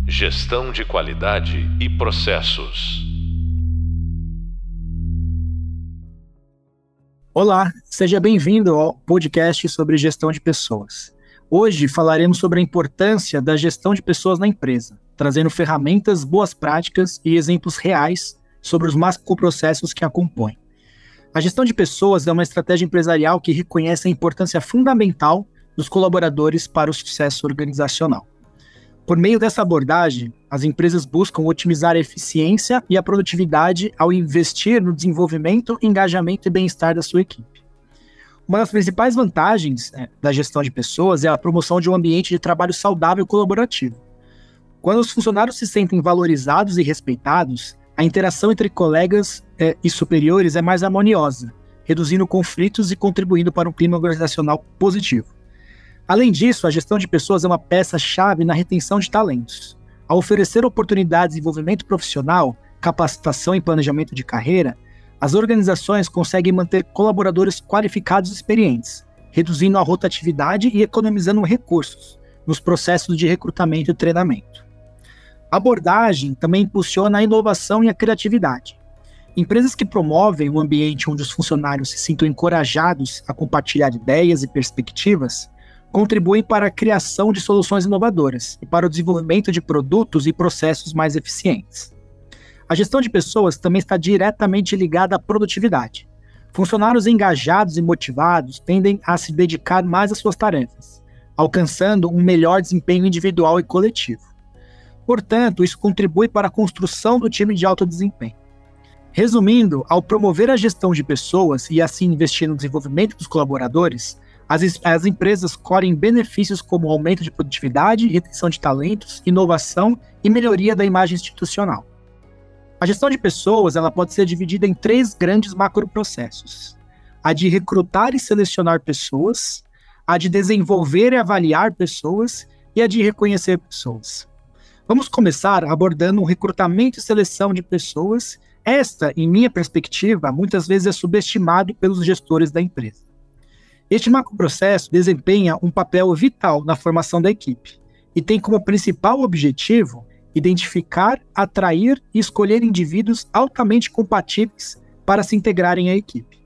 Gestão de qualidade e processos. Olá, seja bem-vindo ao podcast sobre gestão de pessoas. Hoje falaremos sobre a importância da gestão de pessoas na empresa, trazendo ferramentas, boas práticas e exemplos reais sobre os macroprocessos que a compõem. A gestão de pessoas é uma estratégia empresarial que reconhece a importância fundamental dos colaboradores para o sucesso organizacional. Por meio dessa abordagem, as empresas buscam otimizar a eficiência e a produtividade ao investir no desenvolvimento, engajamento e bem-estar da sua equipe. Uma das principais vantagens da gestão de pessoas é a promoção de um ambiente de trabalho saudável e colaborativo. Quando os funcionários se sentem valorizados e respeitados, a interação entre colegas e superiores é mais harmoniosa, reduzindo conflitos e contribuindo para um clima organizacional positivo. Além disso, a gestão de pessoas é uma peça-chave na retenção de talentos. Ao oferecer oportunidades de desenvolvimento profissional, capacitação e planejamento de carreira, as organizações conseguem manter colaboradores qualificados e experientes, reduzindo a rotatividade e economizando recursos nos processos de recrutamento e treinamento. A abordagem também impulsiona a inovação e a criatividade. Empresas que promovem um ambiente onde os funcionários se sintam encorajados a compartilhar ideias e perspectivas contribuem para a criação de soluções inovadoras e para o desenvolvimento de produtos e processos mais eficientes. A gestão de pessoas também está diretamente ligada à produtividade. Funcionários engajados e motivados tendem a se dedicar mais às suas tarefas, alcançando um melhor desempenho individual e coletivo. Portanto, isso contribui para a construção do time de alto desempenho. Resumindo, ao promover a gestão de pessoas e assim investir no desenvolvimento dos colaboradores, as empresas colhem benefícios como aumento de produtividade, retenção de talentos, inovação e melhoria da imagem institucional. A gestão de pessoas ela pode ser dividida em 3 grandes macroprocessos: a de recrutar e selecionar pessoas, a de desenvolver e avaliar pessoas e a de reconhecer pessoas. Vamos começar abordando o recrutamento e seleção de pessoas. Esta, em minha perspectiva, muitas vezes é subestimado pelos gestores da empresa. Este macroprocesso desempenha um papel vital na formação da equipe e tem como principal objetivo identificar, atrair e escolher indivíduos altamente compatíveis para se integrarem à equipe.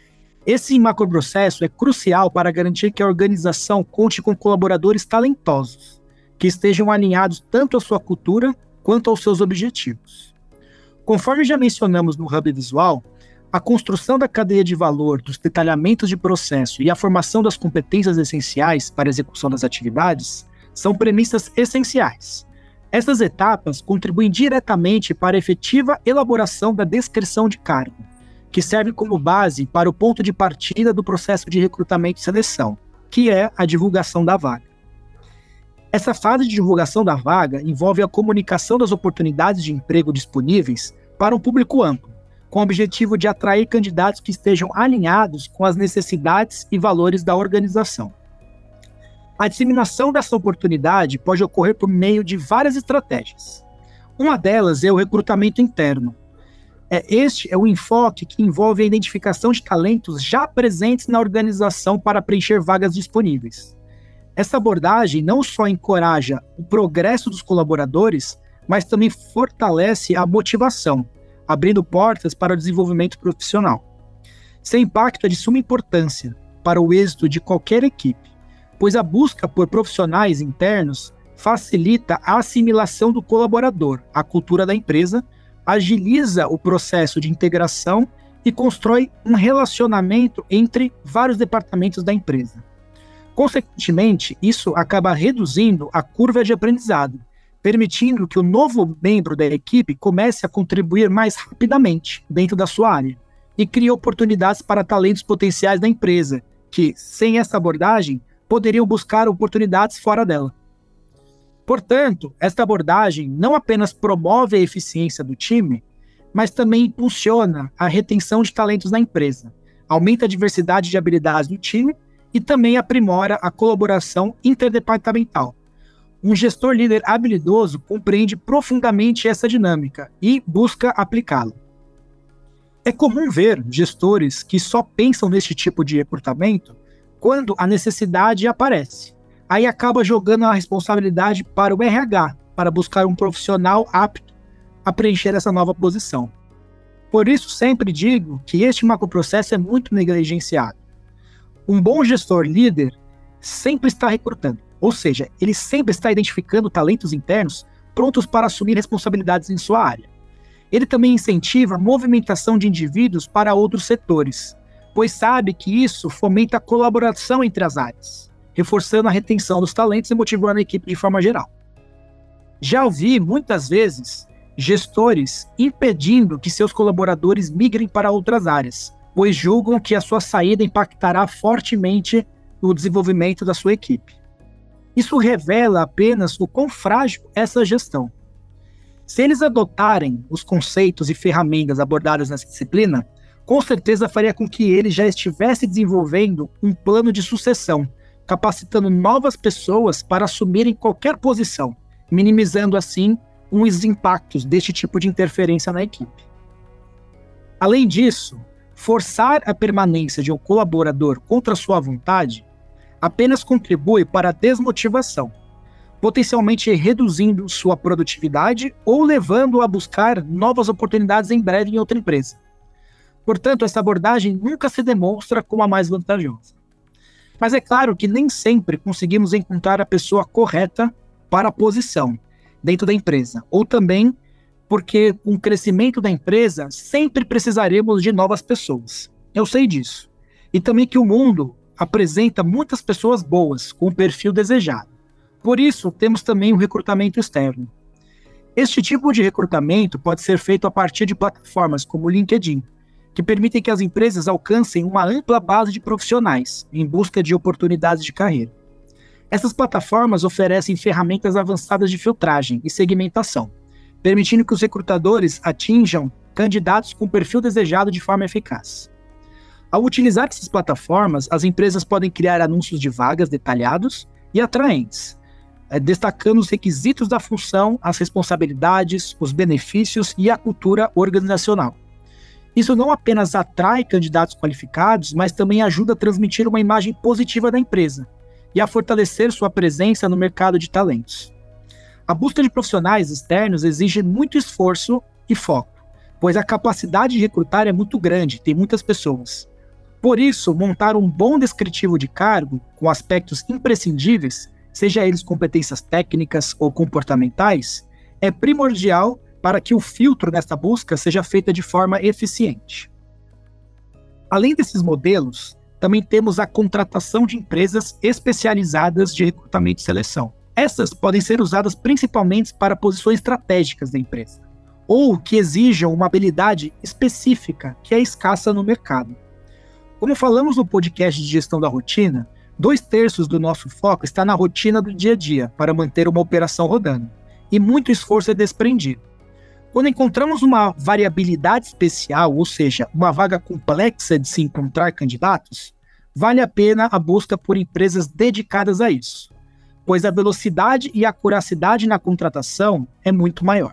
Esse macroprocesso é crucial para garantir que a organização conte com colaboradores talentosos, que estejam alinhados tanto à sua cultura quanto aos seus objetivos. Conforme já mencionamos no Hub Visual, a construção da cadeia de valor, dos detalhamentos de processo e a formação das competências essenciais para a execução das atividades são premissas essenciais. Essas etapas contribuem diretamente para a efetiva elaboração da descrição de cargo, que serve como base para o ponto de partida do processo de recrutamento e seleção, que é a divulgação da vaga. Essa fase de divulgação da vaga envolve a comunicação das oportunidades de emprego disponíveis para um público amplo, com o objetivo de atrair candidatos que estejam alinhados com as necessidades e valores da organização. A disseminação dessa oportunidade pode ocorrer por meio de várias estratégias. Uma delas é o recrutamento interno. Este é o enfoque que envolve a identificação de talentos já presentes na organização para preencher vagas disponíveis. Essa abordagem não só encoraja o progresso dos colaboradores, mas também fortalece a motivação, abrindo portas para o desenvolvimento profissional. Seu impacto é de suma importância para o êxito de qualquer equipe, pois a busca por profissionais internos facilita a assimilação do colaborador à cultura da empresa, agiliza o processo de integração e constrói um relacionamento entre vários departamentos da empresa. Consequentemente, isso acaba reduzindo a curva de aprendizado, permitindo que o novo membro da equipe comece a contribuir mais rapidamente dentro da sua área e crie oportunidades para talentos potenciais da empresa, que, sem essa abordagem, poderiam buscar oportunidades fora dela. Portanto, esta abordagem não apenas promove a eficiência do time, mas também impulsiona a retenção de talentos na empresa, aumenta a diversidade de habilidades no time e também aprimora a colaboração interdepartamental. Um gestor líder habilidoso compreende profundamente essa dinâmica e busca aplicá-la. É comum ver gestores que só pensam neste tipo de recrutamento quando a necessidade aparece. Aí acaba jogando a responsabilidade para o RH, para buscar um profissional apto a preencher essa nova posição. Por isso, sempre digo que este macroprocesso é muito negligenciado. Um bom gestor líder sempre está recrutando, ou seja, ele sempre está identificando talentos internos prontos para assumir responsabilidades em sua área. Ele também incentiva a movimentação de indivíduos para outros setores, pois sabe que isso fomenta a colaboração entre as áreas, reforçando a retenção dos talentos e motivando a equipe de forma geral. Já ouvi, muitas vezes, gestores impedindo que seus colaboradores migrem para outras áreas, pois julgam que a sua saída impactará fortemente no desenvolvimento da sua equipe. Isso revela apenas o quão frágil é essa gestão. Se eles adotarem os conceitos e ferramentas abordadas nessa disciplina, com certeza faria com que ele já estivesse desenvolvendo um plano de sucessão, capacitando novas pessoas para assumirem qualquer posição, minimizando assim os impactos deste tipo de interferência na equipe. Além disso, forçar a permanência de um colaborador contra sua vontade apenas contribui para a desmotivação, potencialmente reduzindo sua produtividade ou levando-o a buscar novas oportunidades em breve em outra empresa. Portanto, essa abordagem nunca se demonstra como a mais vantajosa. Mas é claro que nem sempre conseguimos encontrar a pessoa correta para a posição dentro da empresa, ou também porque com o crescimento da empresa sempre precisaremos de novas pessoas. Eu sei disso. E também que o mundo apresenta muitas pessoas boas, com o perfil desejado. Por isso, temos também o recrutamento externo. Este tipo de recrutamento pode ser feito a partir de plataformas como o LinkedIn, que permitem que as empresas alcancem uma ampla base de profissionais em busca de oportunidades de carreira. Essas plataformas oferecem ferramentas avançadas de filtragem e segmentação, permitindo que os recrutadores atinjam candidatos com o perfil desejado de forma eficaz. Ao utilizar essas plataformas, as empresas podem criar anúncios de vagas detalhados e atraentes, destacando os requisitos da função, as responsabilidades, os benefícios e a cultura organizacional. Isso não apenas atrai candidatos qualificados, mas também ajuda a transmitir uma imagem positiva da empresa e a fortalecer sua presença no mercado de talentos. A busca de profissionais externos exige muito esforço e foco, pois a capacidade de recrutar é muito grande, tem muitas pessoas. Por isso, montar um bom descritivo de cargo, com aspectos imprescindíveis, seja eles competências técnicas ou comportamentais, é primordial para que o filtro nesta busca seja feito de forma eficiente. Além desses modelos, também temos a contratação de empresas especializadas de recrutamento e seleção. Essas podem ser usadas principalmente para posições estratégicas da empresa, ou que exijam uma habilidade específica que é escassa no mercado. Como falamos no podcast de gestão da rotina, 2/3 do nosso foco está na rotina do dia a dia para manter uma operação rodando, e muito esforço é desprendido. Quando encontramos uma variabilidade especial, ou seja, uma vaga complexa de se encontrar candidatos, vale a pena a busca por empresas dedicadas a isso, pois a velocidade e a acuracidade na contratação é muito maior.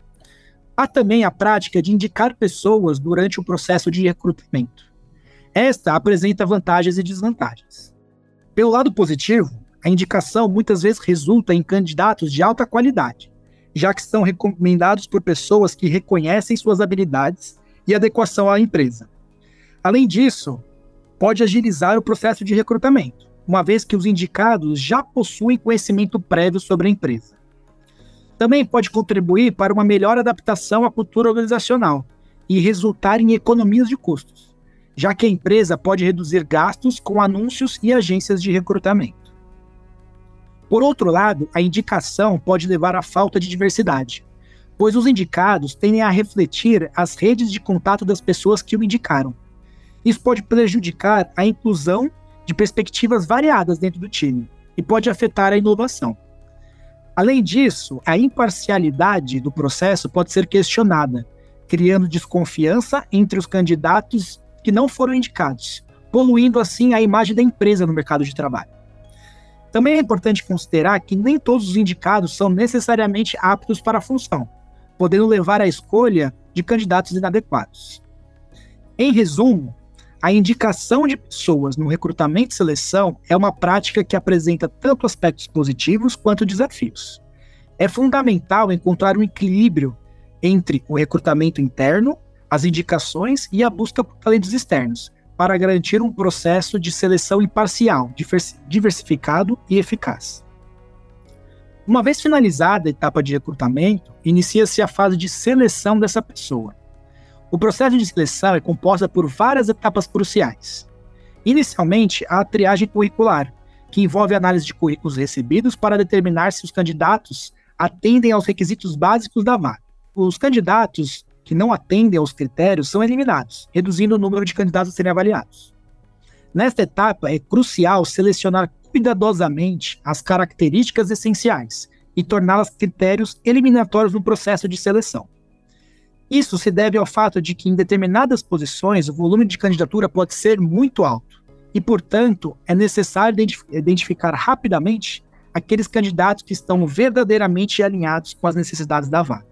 Há também a prática de indicar pessoas durante o processo de recrutamento. Esta apresenta vantagens e desvantagens. Pelo lado positivo, a indicação muitas vezes resulta em candidatos de alta qualidade, já que são recomendados por pessoas que reconhecem suas habilidades e adequação à empresa. Além disso, pode agilizar o processo de recrutamento, uma vez que os indicados já possuem conhecimento prévio sobre a empresa. Também pode contribuir para uma melhor adaptação à cultura organizacional e resultar em economias de custos, já que a empresa pode reduzir gastos com anúncios e agências de recrutamento. Por outro lado, a indicação pode levar à falta de diversidade, pois os indicados tendem a refletir as redes de contato das pessoas que o indicaram. Isso pode prejudicar a inclusão de perspectivas variadas dentro do time e pode afetar a inovação. Além disso, a imparcialidade do processo pode ser questionada, criando desconfiança entre os candidatos que não foram indicados, poluindo assim a imagem da empresa no mercado de trabalho. Também é importante considerar que nem todos os indicados são necessariamente aptos para a função, podendo levar à escolha de candidatos inadequados. Em resumo, a indicação de pessoas no recrutamento e seleção é uma prática que apresenta tanto aspectos positivos quanto desafios. É fundamental encontrar um equilíbrio entre o recrutamento interno, as indicações e a busca por talentos externos, para garantir um processo de seleção imparcial, diversificado e eficaz. Uma vez finalizada a etapa de recrutamento, inicia-se a fase de seleção dessa pessoa. O processo de seleção é composto por várias etapas cruciais. Inicialmente, há a triagem curricular, que envolve a análise de currículos recebidos para determinar se os candidatos atendem aos requisitos básicos da vaga. Os candidatos que não atendem aos critérios são eliminados, reduzindo o número de candidatos a serem avaliados. Nesta etapa, é crucial selecionar cuidadosamente as características essenciais e torná-las critérios eliminatórios no processo de seleção. Isso se deve ao fato de que em determinadas posições o volume de candidatura pode ser muito alto e, portanto, é necessário identificar rapidamente aqueles candidatos que estão verdadeiramente alinhados com as necessidades da vaga.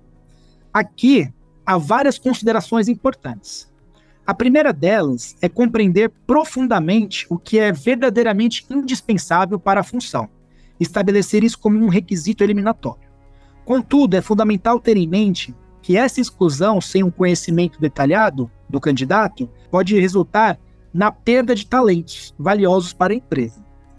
Aqui, há várias considerações importantes. A primeira delas é compreender profundamente o que é verdadeiramente indispensável para a função, estabelecer isso como um requisito eliminatório. Contudo, é fundamental ter em mente que essa exclusão sem um conhecimento detalhado do candidato pode resultar na perda de talentos valiosos para a empresa.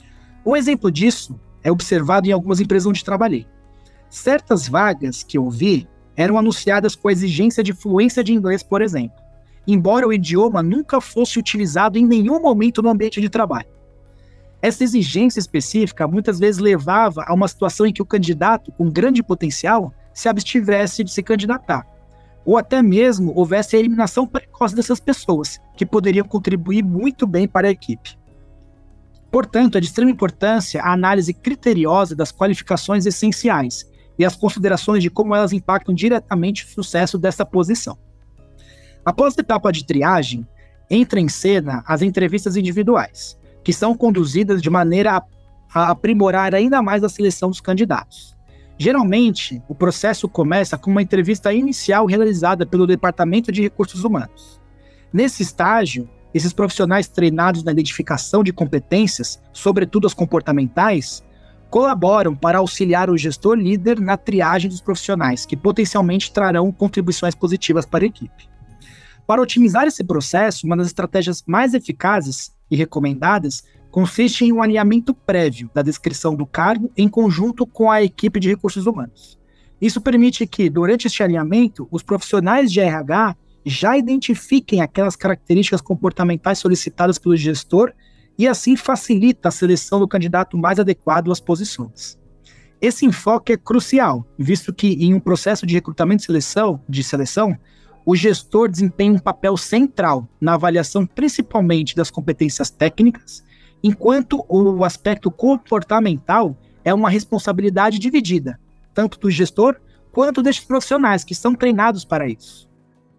Um exemplo disso é observado em algumas empresas onde trabalhei. Certas vagas que eu vi eram anunciadas com a exigência de fluência de inglês, por exemplo, embora o idioma nunca fosse utilizado em nenhum momento no ambiente de trabalho. Essa exigência específica muitas vezes levava a uma situação em que o candidato com grande potencial se abstivesse de se candidatar, ou até mesmo houvesse a eliminação precoce dessas pessoas, que poderiam contribuir muito bem para a equipe. Portanto, é de extrema importância a análise criteriosa das qualificações essenciais e as considerações de como elas impactam diretamente o sucesso dessa posição. Após a etapa de triagem, entra em cena as entrevistas individuais, que são conduzidas de maneira a aprimorar ainda mais a seleção dos candidatos. Geralmente, o processo começa com uma entrevista inicial realizada pelo Departamento de Recursos Humanos. Nesse estágio, esses profissionais treinados na identificação de competências, sobretudo as comportamentais, colaboram para auxiliar o gestor líder na triagem dos profissionais, que potencialmente trarão contribuições positivas para a equipe. Para otimizar esse processo, uma das estratégias mais eficazes e recomendadas consiste em um alinhamento prévio da descrição do cargo em conjunto com a equipe de recursos humanos. Isso permite que, durante este alinhamento, os profissionais de RH já identifiquem aquelas características comportamentais solicitadas pelo gestor e assim facilita a seleção do candidato mais adequado às posições. Esse enfoque é crucial, visto que em um processo de recrutamento de seleção, o gestor desempenha um papel central na avaliação principalmente das competências técnicas, enquanto o aspecto comportamental é uma responsabilidade dividida, tanto do gestor quanto destes profissionais que são treinados para isso.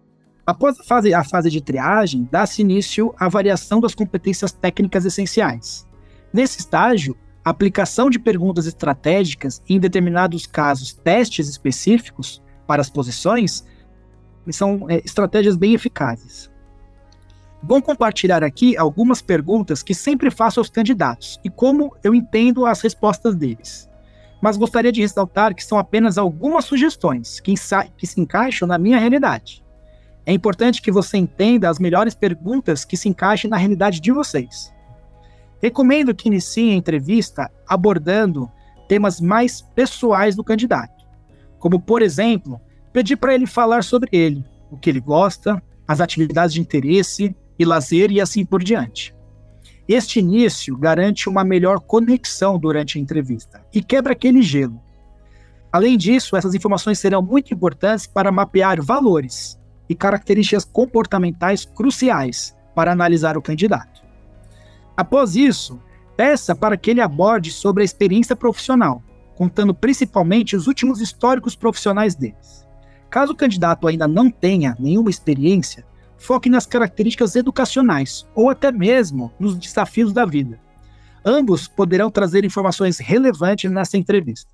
Após a fase de triagem, dá-se início à avaliação das competências técnicas essenciais. Nesse estágio, a aplicação de perguntas estratégicas e, em determinados casos, testes específicos para as posições, são estratégias bem eficazes. Vou compartilhar aqui algumas perguntas que sempre faço aos candidatos e como eu entendo as respostas deles. Mas gostaria de ressaltar que são apenas algumas sugestões que se encaixam na minha realidade. É importante que você entenda as melhores perguntas que se encaixem na realidade de vocês. Recomendo que inicie a entrevista abordando temas mais pessoais do candidato, como, por exemplo, pedir para ele falar sobre ele, o que ele gosta, as atividades de interesse e lazer e assim por diante. Este início garante uma melhor conexão durante a entrevista e quebra aquele gelo. Além disso, essas informações serão muito importantes para mapear valores e características comportamentais cruciais para analisar o candidato. Após isso, peça para que ele aborde sobre a experiência profissional, contando principalmente os últimos históricos profissionais deles. Caso o candidato ainda não tenha nenhuma experiência, foque nas características educacionais ou até mesmo nos desafios da vida. Ambos poderão trazer informações relevantes nessa entrevista.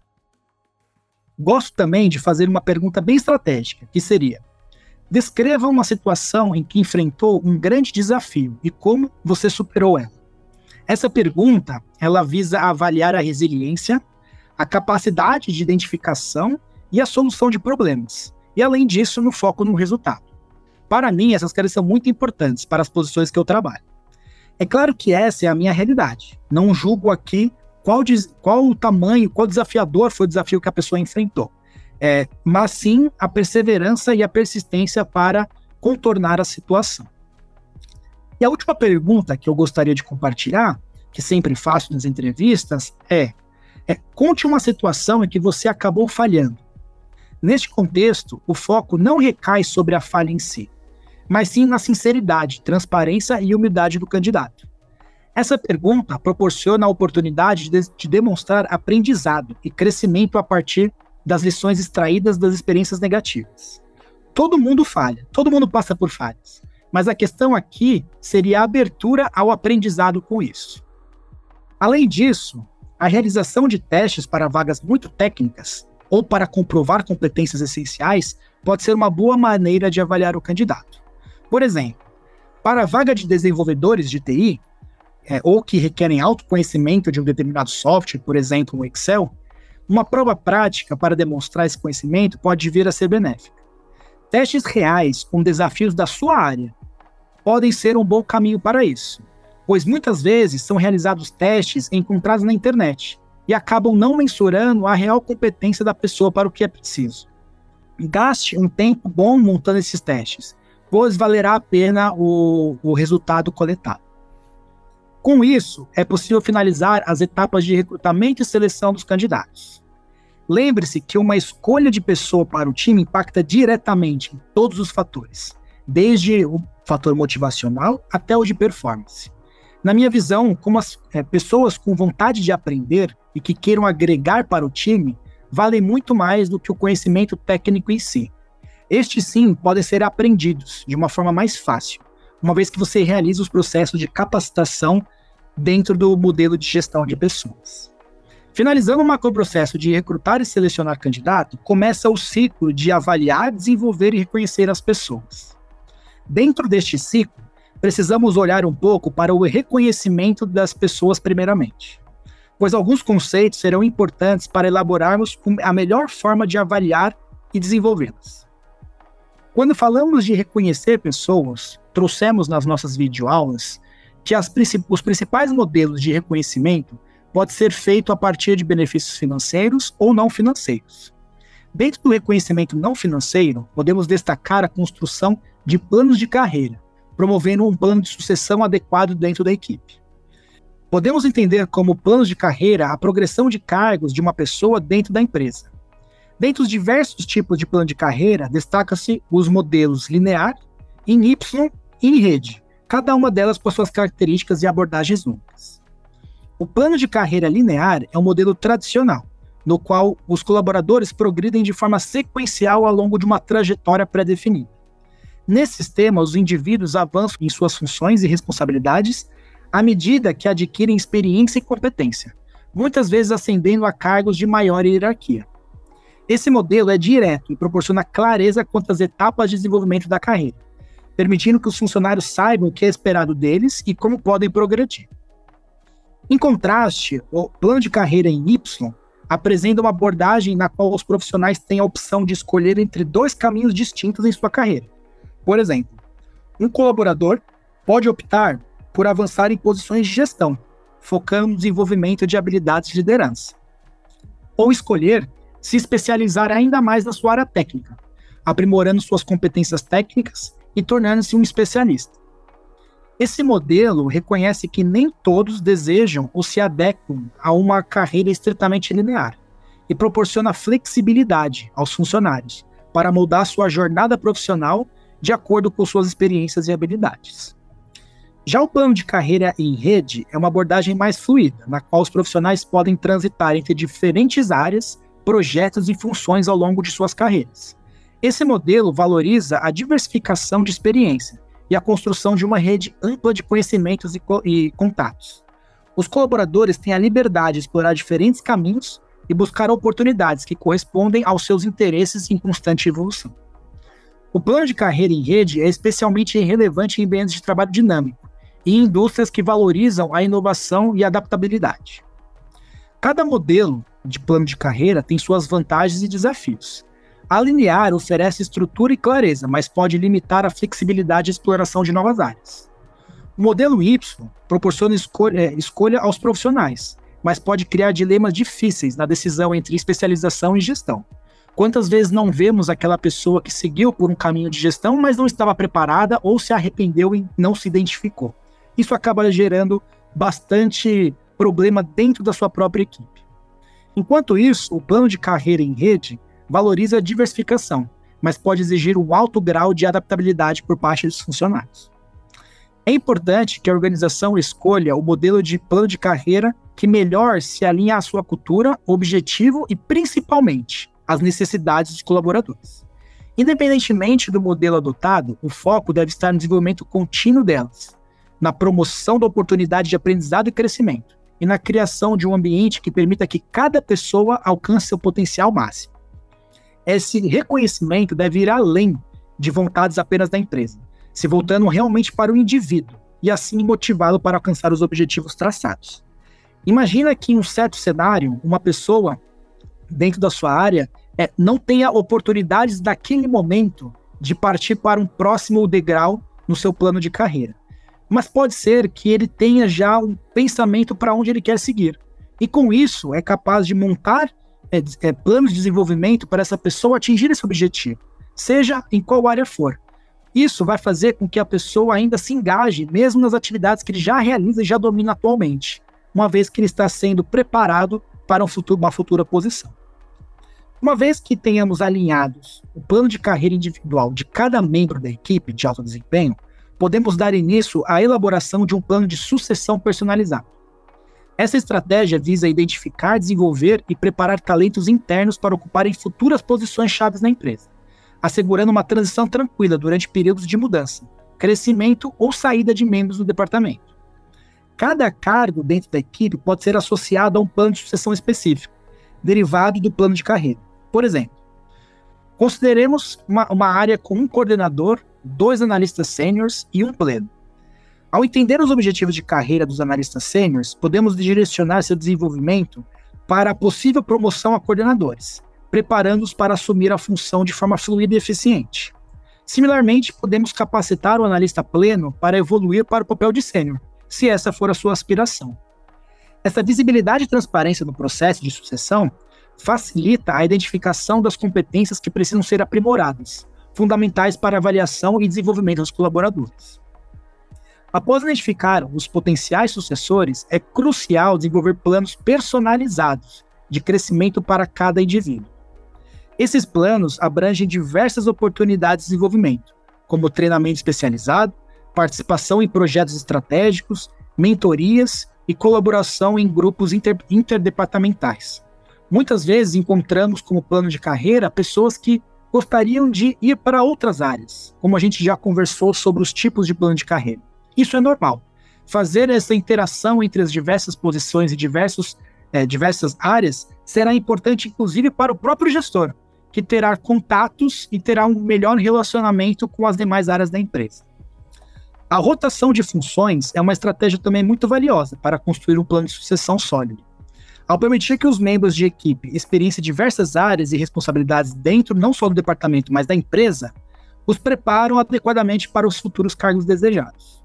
Gosto também de fazer uma pergunta bem estratégica, que seria: descreva uma situação em que enfrentou um grande desafio e como você superou ela. Essa pergunta, ela visa avaliar a resiliência, a capacidade de identificação e a solução de problemas. E, além disso, no foco no resultado. Para mim, essas características são muito importantes para as posições que eu trabalho. É claro que essa é a minha realidade. Não julgo aqui qual o tamanho, qual desafiador foi o desafio que a pessoa enfrentou. Mas sim a perseverança e a persistência para contornar a situação. E a última pergunta que eu gostaria de compartilhar, que sempre faço nas entrevistas, conte uma situação em que você acabou falhando. Neste contexto, o foco não recai sobre a falha em si, mas sim na sinceridade, transparência e humildade do candidato. Essa pergunta proporciona a oportunidade de demonstrar aprendizado e crescimento a partir das lições extraídas das experiências negativas. Todo mundo falha, todo mundo passa por falhas, mas a questão aqui seria a abertura ao aprendizado com isso. Além disso, a realização de testes para vagas muito técnicas ou para comprovar competências essenciais pode ser uma boa maneira de avaliar o candidato. Por exemplo, para a vaga de desenvolvedores de TI, ou que requerem autoconhecimento de um determinado software, por exemplo, o Excel, uma prova prática para demonstrar esse conhecimento pode vir a ser benéfica. Testes reais com desafios da sua área podem ser um bom caminho para isso, pois muitas vezes são realizados testes encontrados na internet e acabam não mensurando a real competência da pessoa para o que é preciso. Gaste um tempo bom montando esses testes, pois valerá a pena o resultado coletado. Com isso, é possível finalizar as etapas de recrutamento e seleção dos candidatos. Lembre-se que uma escolha de pessoa para o time impacta diretamente em todos os fatores, desde o fator motivacional até o de performance. Na minha visão, como as pessoas com vontade de aprender e que queiram agregar para o time, valem muito mais do que o conhecimento técnico em si. Estes sim podem ser aprendidos de uma forma mais fácil, uma vez que você realiza os processos de capacitação dentro do modelo de gestão de pessoas. Finalizando o macroprocesso de recrutar e selecionar candidato, começa o ciclo de avaliar, desenvolver e reconhecer as pessoas. Dentro deste ciclo, precisamos olhar um pouco para o reconhecimento das pessoas primeiramente, pois alguns conceitos serão importantes para elaborarmos a melhor forma de avaliar e desenvolvê-las. Quando falamos de reconhecer pessoas, trouxemos nas nossas videoaulas que os principais modelos de reconhecimento pode ser feito a partir de benefícios financeiros ou não financeiros. Dentro do reconhecimento não financeiro, podemos destacar a construção de planos de carreira, promovendo um plano de sucessão adequado dentro da equipe. Podemos entender como planos de carreira a progressão de cargos de uma pessoa dentro da empresa. Dentre os diversos tipos de plano de carreira, destaca-se os modelos linear, em Y e em rede, cada uma delas com suas características e abordagens únicas. O plano de carreira linear é um modelo tradicional, no qual os colaboradores progridem de forma sequencial ao longo de uma trajetória pré-definida. Nesse sistema, os indivíduos avançam em suas funções e responsabilidades à medida que adquirem experiência e competência, muitas vezes ascendendo a cargos de maior hierarquia. Esse modelo é direto e proporciona clareza quanto às etapas de desenvolvimento da carreira, permitindo que os funcionários saibam o que é esperado deles e como podem progredir. Em contraste, o plano de carreira em Y apresenta uma abordagem na qual os profissionais têm a opção de escolher entre dois caminhos distintos em sua carreira. Por exemplo, um colaborador pode optar por avançar em posições de gestão, focando no desenvolvimento de habilidades de liderança. Ou escolher se especializar ainda mais na sua área técnica, aprimorando suas competências técnicas e tornando-se um especialista. Esse modelo reconhece que nem todos desejam ou se adequam a uma carreira estritamente linear e proporciona flexibilidade aos funcionários para moldar sua jornada profissional de acordo com suas experiências e habilidades. Já o plano de carreira em rede é uma abordagem mais fluida, na qual os profissionais podem transitar entre diferentes áreas, projetos e funções ao longo de suas carreiras. Esse modelo valoriza a diversificação de experiência e a construção de uma rede ampla de conhecimentos e contatos. Os colaboradores têm a liberdade de explorar diferentes caminhos e buscar oportunidades que correspondem aos seus interesses em constante evolução. O plano de carreira em rede é especialmente relevante em ambientes de trabalho dinâmico e em indústrias que valorizam a inovação e a adaptabilidade. Cada modelo de plano de carreira tem suas vantagens e desafios. A linear oferece estrutura e clareza, mas pode limitar a flexibilidade e exploração de novas áreas. O modelo Y proporciona escolha aos profissionais, mas pode criar dilemas difíceis na decisão entre especialização e gestão. Quantas vezes não vemos aquela pessoa que seguiu por um caminho de gestão, mas não estava preparada ou se arrependeu e não se identificou? Isso acaba gerando bastante problema dentro da sua própria equipe. Enquanto isso, o plano de carreira em rede valoriza a diversificação, mas pode exigir um alto grau de adaptabilidade por parte dos funcionários. É importante que a organização escolha o modelo de plano de carreira que melhor se alinha à sua cultura, objetivo e, principalmente, às necessidades dos colaboradores. Independentemente do modelo adotado, o foco deve estar no desenvolvimento contínuo delas, na promoção da oportunidade de aprendizado e crescimento, e na criação de um ambiente que permita que cada pessoa alcance seu potencial máximo. Esse reconhecimento deve ir além de vontades apenas da empresa, se voltando realmente para o indivíduo e assim motivá-lo para alcançar os objetivos traçados. Imagina que em um certo cenário, uma pessoa dentro da sua área não tenha oportunidades naquele momento de partir para um próximo degrau no seu plano de carreira. Mas pode ser que ele tenha já um pensamento para onde ele quer seguir. E com isso é capaz de montar planos de desenvolvimento para essa pessoa atingir esse objetivo, seja em qual área for. Isso vai fazer com que a pessoa ainda se engaje, mesmo nas atividades que ele já realiza e já domina atualmente, uma vez que ele está sendo preparado para uma futura posição. Uma vez que tenhamos alinhados o plano de carreira individual de cada membro da equipe de alto desempenho, podemos dar início à elaboração de um plano de sucessão personalizado. Essa estratégia visa identificar, desenvolver e preparar talentos internos para ocuparem futuras posições chaves na empresa, assegurando uma transição tranquila durante períodos de mudança, crescimento ou saída de membros do departamento. Cada cargo dentro da equipe pode ser associado a um plano de sucessão específico, derivado do plano de carreira. Por exemplo, consideremos uma área com um coordenador, 2 analistas sêniores e um pleno. Ao entender os objetivos de carreira dos analistas sêniores, podemos direcionar seu desenvolvimento para a possível promoção a coordenadores, preparando-os para assumir a função de forma fluida e eficiente. Similarmente, podemos capacitar o analista pleno para evoluir para o papel de sênior, se essa for a sua aspiração. Essa visibilidade e transparência no processo de sucessão facilita a identificação das competências que precisam ser aprimoradas, fundamentais para a avaliação e desenvolvimento dos colaboradores. Após identificar os potenciais sucessores, é crucial desenvolver planos personalizados de crescimento para cada indivíduo. Esses planos abrangem diversas oportunidades de desenvolvimento, como treinamento especializado, participação em projetos estratégicos, mentorias e colaboração em grupos interdepartamentais. Muitas vezes encontramos como plano de carreira pessoas que gostariam de ir para outras áreas, como a gente já conversou sobre os tipos de plano de carreira. Isso é normal. Fazer essa interação entre as diversas posições e diversas áreas será importante, inclusive, para o próprio gestor, que terá contatos e terá um melhor relacionamento com as demais áreas da empresa. A rotação de funções é uma estratégia também muito valiosa para construir um plano de sucessão sólido. Ao permitir que os membros de equipe experienciem diversas áreas e responsabilidades dentro não só do departamento, mas da empresa, os preparam adequadamente para os futuros cargos desejados.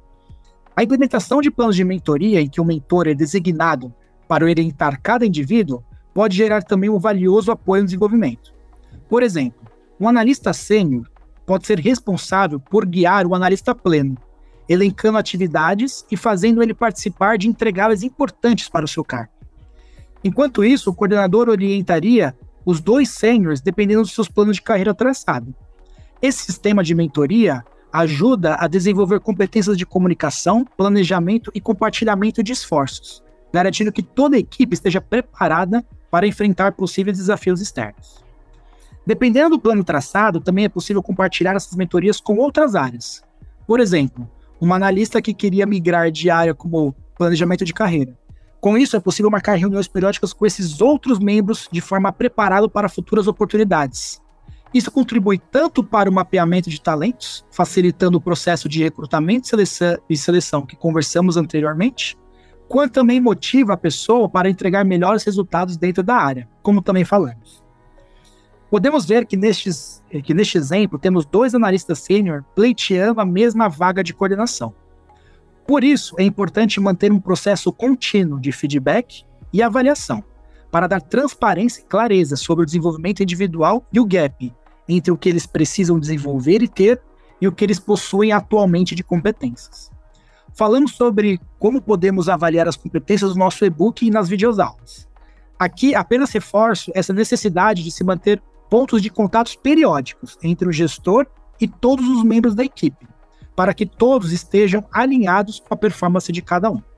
A implementação de planos de mentoria em que o mentor é designado para orientar cada indivíduo pode gerar também um valioso apoio no desenvolvimento. Por exemplo, um analista sênior pode ser responsável por guiar o analista pleno, elencando atividades e fazendo ele participar de entregáveis importantes para o seu cargo. Enquanto isso, o coordenador orientaria os 2 sêniores dependendo dos seus planos de carreira traçados. Esse sistema de mentoria ajuda a desenvolver competências de comunicação, planejamento e compartilhamento de esforços, garantindo que toda a equipe esteja preparada para enfrentar possíveis desafios externos. Dependendo do plano traçado, também é possível compartilhar essas mentorias com outras áreas. Por exemplo, uma analista que queria migrar de área como planejamento de carreira. Com isso, é possível marcar reuniões periódicas com esses outros membros de forma a prepará-lo para futuras oportunidades. Isso contribui tanto para o mapeamento de talentos, facilitando o processo de recrutamento e seleção que conversamos anteriormente, quanto também motiva a pessoa para entregar melhores resultados dentro da área, como também falamos. Podemos ver que neste exemplo temos 2 analistas sênior pleiteando a mesma vaga de coordenação. Por isso, é importante manter um processo contínuo de feedback e avaliação, para dar transparência e clareza sobre o desenvolvimento individual e o gap entre o que eles precisam desenvolver e ter e o que eles possuem atualmente de competências. Falamos sobre como podemos avaliar as competências do nosso e-book e nas videoaulas. Aqui apenas reforço essa necessidade de se manter pontos de contatos periódicos entre o gestor e todos os membros da equipe, para que todos estejam alinhados com a performance de cada um.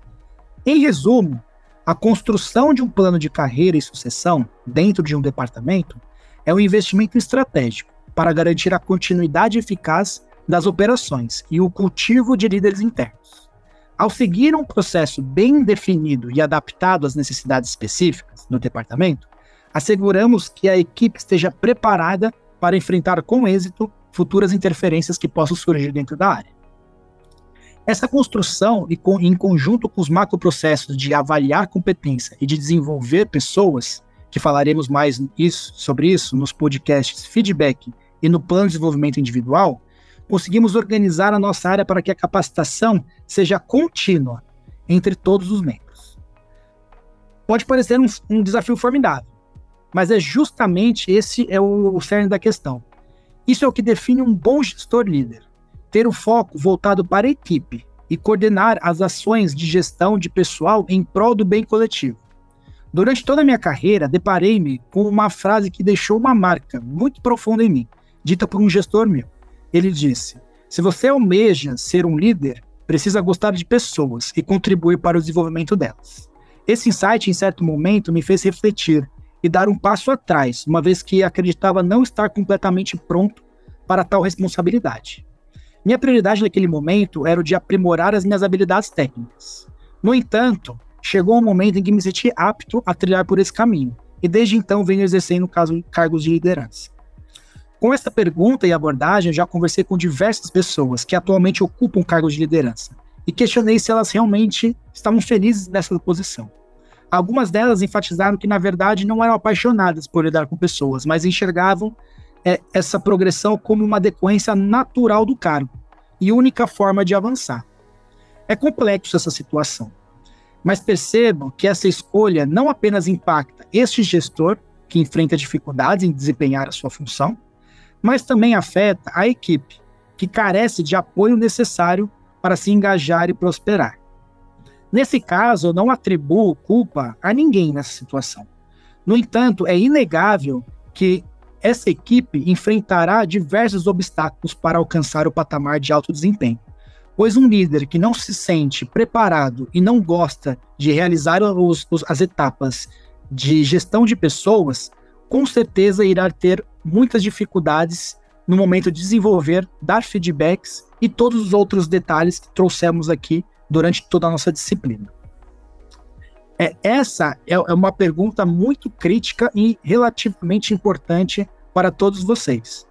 Em resumo, a construção de um plano de carreira e sucessão dentro de um departamento é um investimento estratégico para garantir a continuidade eficaz das operações e o cultivo de líderes internos. Ao seguir um processo bem definido e adaptado às necessidades específicas do departamento, asseguramos que a equipe esteja preparada para enfrentar com êxito futuras interferências que possam surgir dentro da área. Essa construção, em conjunto com os macroprocessos de avaliar competência e de desenvolver pessoas, que falaremos mais sobre isso nos podcasts Feedback e no Plano de Desenvolvimento Individual, conseguimos organizar a nossa área para que a capacitação seja contínua entre todos os membros. Pode parecer um desafio formidável, mas é justamente esse é o cerne da questão. Isso é o que define um bom gestor líder. Ter o foco voltado para a equipe e coordenar as ações de gestão de pessoal em prol do bem coletivo. Durante toda a minha carreira, deparei-me com uma frase que deixou uma marca muito profunda em mim, dita por um gestor meu. Ele disse: se você almeja ser um líder, precisa gostar de pessoas e contribuir para o desenvolvimento delas. Esse insight, em certo momento, me fez refletir e dar um passo atrás, uma vez que acreditava não estar completamente pronto para tal responsabilidade. Minha prioridade naquele momento era o de aprimorar as minhas habilidades técnicas. No entanto, chegou um momento em que me senti apto a trilhar por esse caminho, e desde então venho exercendo cargos de liderança. Com essa pergunta e abordagem, eu já conversei com diversas pessoas que atualmente ocupam cargos de liderança, e questionei se elas realmente estavam felizes nessa posição. Algumas delas enfatizaram que, na verdade, não eram apaixonadas por lidar com pessoas, mas enxergavam essa progressão como uma decorrência natural do cargo e única forma de avançar. É complexo essa situação, mas percebam que essa escolha não apenas impacta este gestor, que enfrenta dificuldades em desempenhar a sua função, mas também afeta a equipe, que carece de apoio necessário para se engajar e prosperar. Nesse caso, eu não atribuo culpa a ninguém nessa situação. No entanto, é inegável que essa equipe enfrentará diversos obstáculos para alcançar o patamar de alto desempenho, pois um líder que não se sente preparado e não gosta de realizar as etapas de gestão de pessoas, com certeza irá ter muitas dificuldades no momento de desenvolver, dar feedbacks e todos os outros detalhes que trouxemos aqui durante toda a nossa disciplina. Essa é uma pergunta muito crítica e relativamente importante para todos vocês.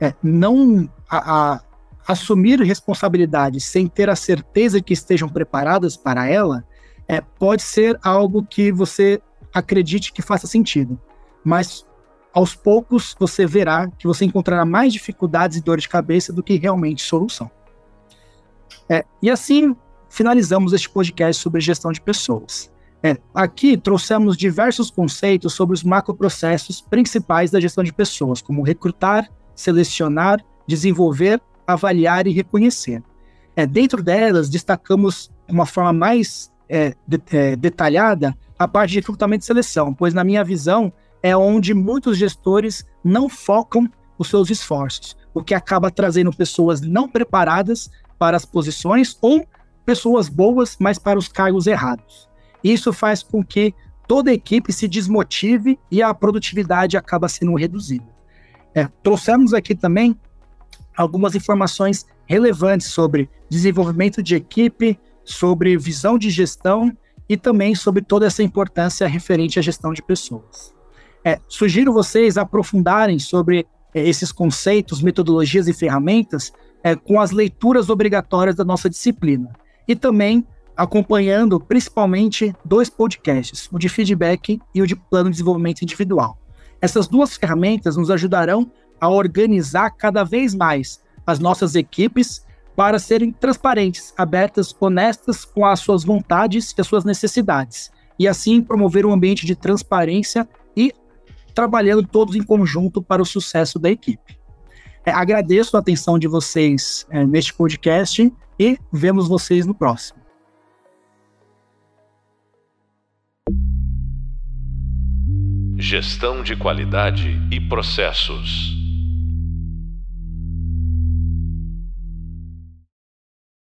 Assumir responsabilidade sem ter a certeza que estejam preparadas para ela pode ser algo que você acredite que faça sentido, mas aos poucos você verá que você encontrará mais dificuldades e dor de cabeça do que realmente solução. E assim finalizamos este podcast sobre gestão de pessoas. Aqui trouxemos diversos conceitos sobre os macroprocessos principais da gestão de pessoas, como recrutar, selecionar, desenvolver, avaliar e reconhecer. Dentro delas, destacamos de uma forma mais detalhada a parte de recrutamento e seleção, pois na minha visão é onde muitos gestores não focam os seus esforços, o que acaba trazendo pessoas não preparadas para as posições ou pessoas boas, mas para os cargos errados. Isso faz com que toda a equipe se desmotive e a produtividade acaba sendo reduzida. Trouxemos aqui também algumas informações relevantes sobre desenvolvimento de equipe, sobre visão de gestão e também sobre toda essa importância referente à gestão de pessoas. Sugiro vocês aprofundarem sobre esses conceitos, metodologias e ferramentas com as leituras obrigatórias da nossa disciplina e também acompanhando principalmente 2 podcasts, o de feedback e o de plano de desenvolvimento individual. Essas 2 ferramentas nos ajudarão a organizar cada vez mais as nossas equipes para serem transparentes, abertas, honestas com as suas vontades e as suas necessidades, e assim promover um ambiente de transparência e trabalhando todos em conjunto para o sucesso da equipe. Agradeço a atenção de vocês neste podcast e vemos vocês no próximo. Gestão de qualidade e processos.